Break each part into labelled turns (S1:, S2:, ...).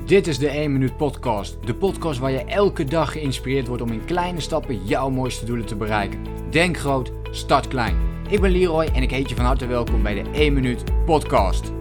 S1: Dit is de 1 Minuut Podcast. De podcast waar je elke dag geïnspireerd wordt om in kleine stappen jouw mooiste doelen te bereiken. Denk groot, start klein. Ik ben Leroy en ik heet je van harte welkom bij de 1 Minuut Podcast.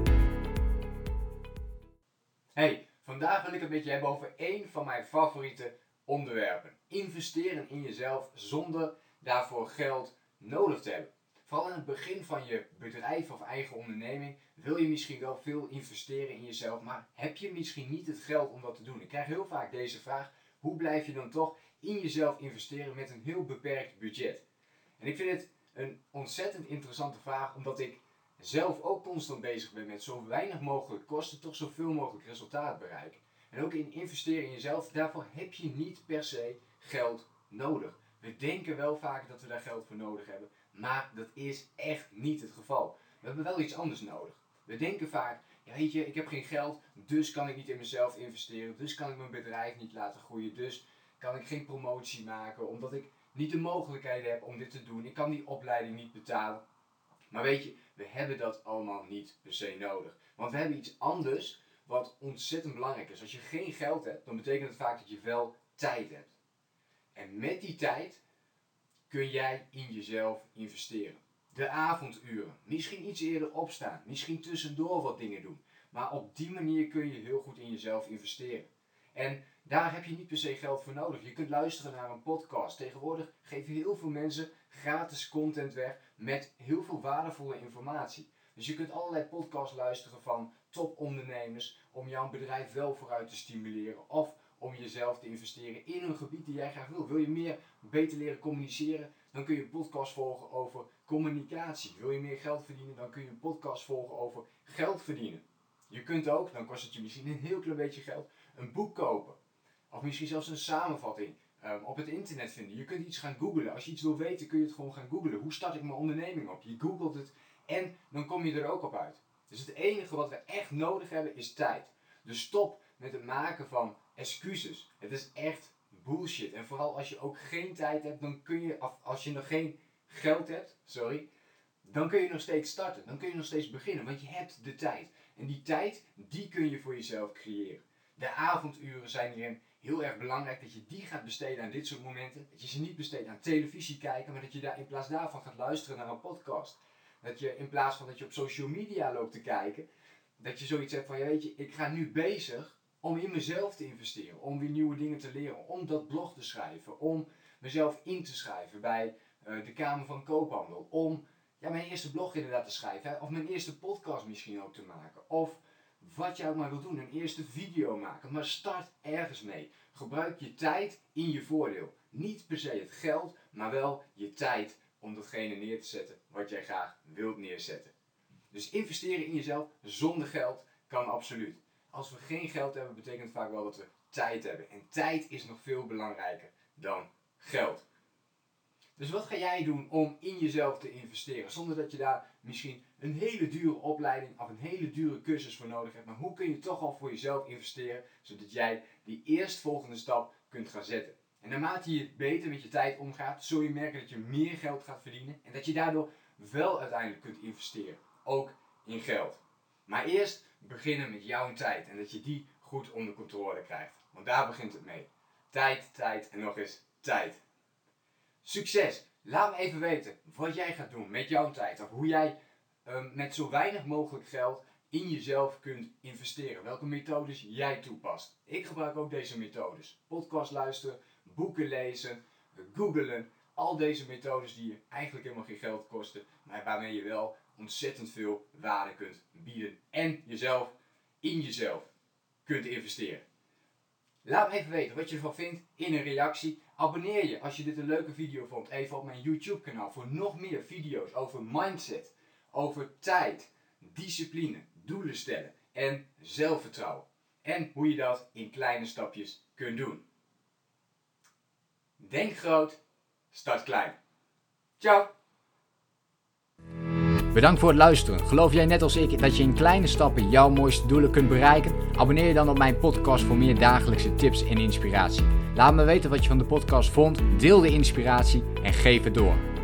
S2: Hey, vandaag wil ik het met je hebben over één van mijn favoriete onderwerpen. Investeren in jezelf zonder daarvoor geld nodig te hebben. Vooral in het begin van je bedrijf of eigen onderneming wil je misschien wel veel investeren in jezelf, maar heb je misschien niet het geld om dat te doen? Ik krijg heel vaak deze vraag: hoe blijf je dan toch in jezelf investeren met een heel beperkt budget? En ik vind het een ontzettend interessante vraag, omdat ik zelf ook constant bezig ben met zo weinig mogelijk kosten, toch zoveel mogelijk resultaat bereiken. En ook in investeren in jezelf, daarvoor heb je niet per se geld nodig. We denken wel vaak dat we daar geld voor nodig hebben, maar dat is echt niet het geval. We hebben wel iets anders nodig. We denken vaak, ja weet je, ik heb geen geld, dus kan ik niet in mezelf investeren, dus kan ik mijn bedrijf niet laten groeien, dus kan ik geen promotie maken, omdat ik niet de mogelijkheden heb om dit te doen. Ik kan die opleiding niet betalen. Maar weet je, we hebben dat allemaal niet per se nodig. Want we hebben iets anders wat ontzettend belangrijk is. Als je geen geld hebt, dan betekent het vaak dat je wel tijd hebt. En met die tijd kun jij in jezelf investeren. De avonduren, misschien iets eerder opstaan, misschien tussendoor wat dingen doen. Maar op die manier kun je heel goed in jezelf investeren. En daar heb je niet per se geld voor nodig. Je kunt luisteren naar een podcast. Tegenwoordig geven heel veel mensen gratis content weg met heel veel waardevolle informatie. Dus je kunt allerlei podcasts luisteren van topondernemers om jouw bedrijf wel vooruit te stimuleren. Of om jezelf te investeren in een gebied die jij graag wil. Wil je beter leren communiceren? Dan kun je een podcast volgen over communicatie. Wil je meer geld verdienen? Dan kun je een podcast volgen over geld verdienen. Je kunt ook, dan kost het je misschien een heel klein beetje geld, een boek kopen. Of misschien zelfs een samenvatting op het internet vinden. Je kunt iets gaan googlen. Als je iets wil weten kun je het gewoon gaan googlen. Hoe start ik mijn onderneming op? Je googelt het en dan kom je er ook op uit. Dus het enige wat we echt nodig hebben is tijd. Dus stop met het maken van excuses. Het is echt bullshit. En vooral als je ook geen tijd hebt, dan kun je, als je nog geen geld hebt, dan kun je nog steeds starten. Dan kun je nog steeds beginnen, want je hebt de tijd. En die tijd, die kun je voor jezelf creëren. De avonduren zijn hierin heel erg belangrijk, dat je die gaat besteden aan dit soort momenten. Dat je ze niet besteedt aan televisie kijken, maar dat je daar in plaats daarvan gaat luisteren naar een podcast. Dat je in plaats van dat je op social media loopt te kijken, dat je zoiets hebt van, ja weet je, ik ga nu bezig om in mezelf te investeren, om weer nieuwe dingen te leren, om dat blog te schrijven, om mezelf in te schrijven bij de Kamer van Koophandel, om mijn eerste blog inderdaad te schrijven, hè? Of mijn eerste podcast misschien ook te maken, of wat je ook maar wilt doen, een eerste video maken, maar start ergens mee. Gebruik je tijd in je voordeel. Niet per se het geld, maar wel je tijd om datgene neer te zetten wat jij graag wilt neerzetten. Dus investeren in jezelf zonder geld kan absoluut. Als we geen geld hebben, betekent het vaak wel dat we tijd hebben. En tijd is nog veel belangrijker dan geld. Dus wat ga jij doen om in jezelf te investeren? Zonder dat je daar misschien een hele dure opleiding of een hele dure cursus voor nodig hebt. Maar hoe kun je toch al voor jezelf investeren, zodat jij die eerstvolgende stap kunt gaan zetten? En naarmate je beter met je tijd omgaat, zul je merken dat je meer geld gaat verdienen. En dat je daardoor wel uiteindelijk kunt investeren. Ook in geld. Maar eerst beginnen met jouw tijd. En dat je die goed onder controle krijgt. Want daar begint het mee. Tijd en nog eens tijd. Succes! Laat me even weten wat jij gaat doen met jouw tijd. Of hoe jij met zo weinig mogelijk geld in jezelf kunt investeren. Welke methodes jij toepast. Ik gebruik ook deze methodes. Podcast luisteren, boeken lezen, googlen. Al deze methodes die je eigenlijk helemaal geen geld kosten. Maar waarmee je wel ontzettend veel waarde kunt bieden. En jezelf in jezelf kunt investeren. Laat me even weten wat je ervan vindt in een reactie. Abonneer je als je dit een leuke video vond even op mijn YouTube kanaal voor nog meer video's over mindset, over tijd, discipline, doelen stellen en zelfvertrouwen. En hoe je dat in kleine stapjes kunt doen. Denk groot, start klein. Ciao!
S1: Bedankt voor het luisteren. Geloof jij net als ik dat je in kleine stappen jouw mooiste doelen kunt bereiken? Abonneer je dan op mijn podcast voor meer dagelijkse tips en inspiratie. Laat me weten wat je van de podcast vond, deel de inspiratie en geef het door.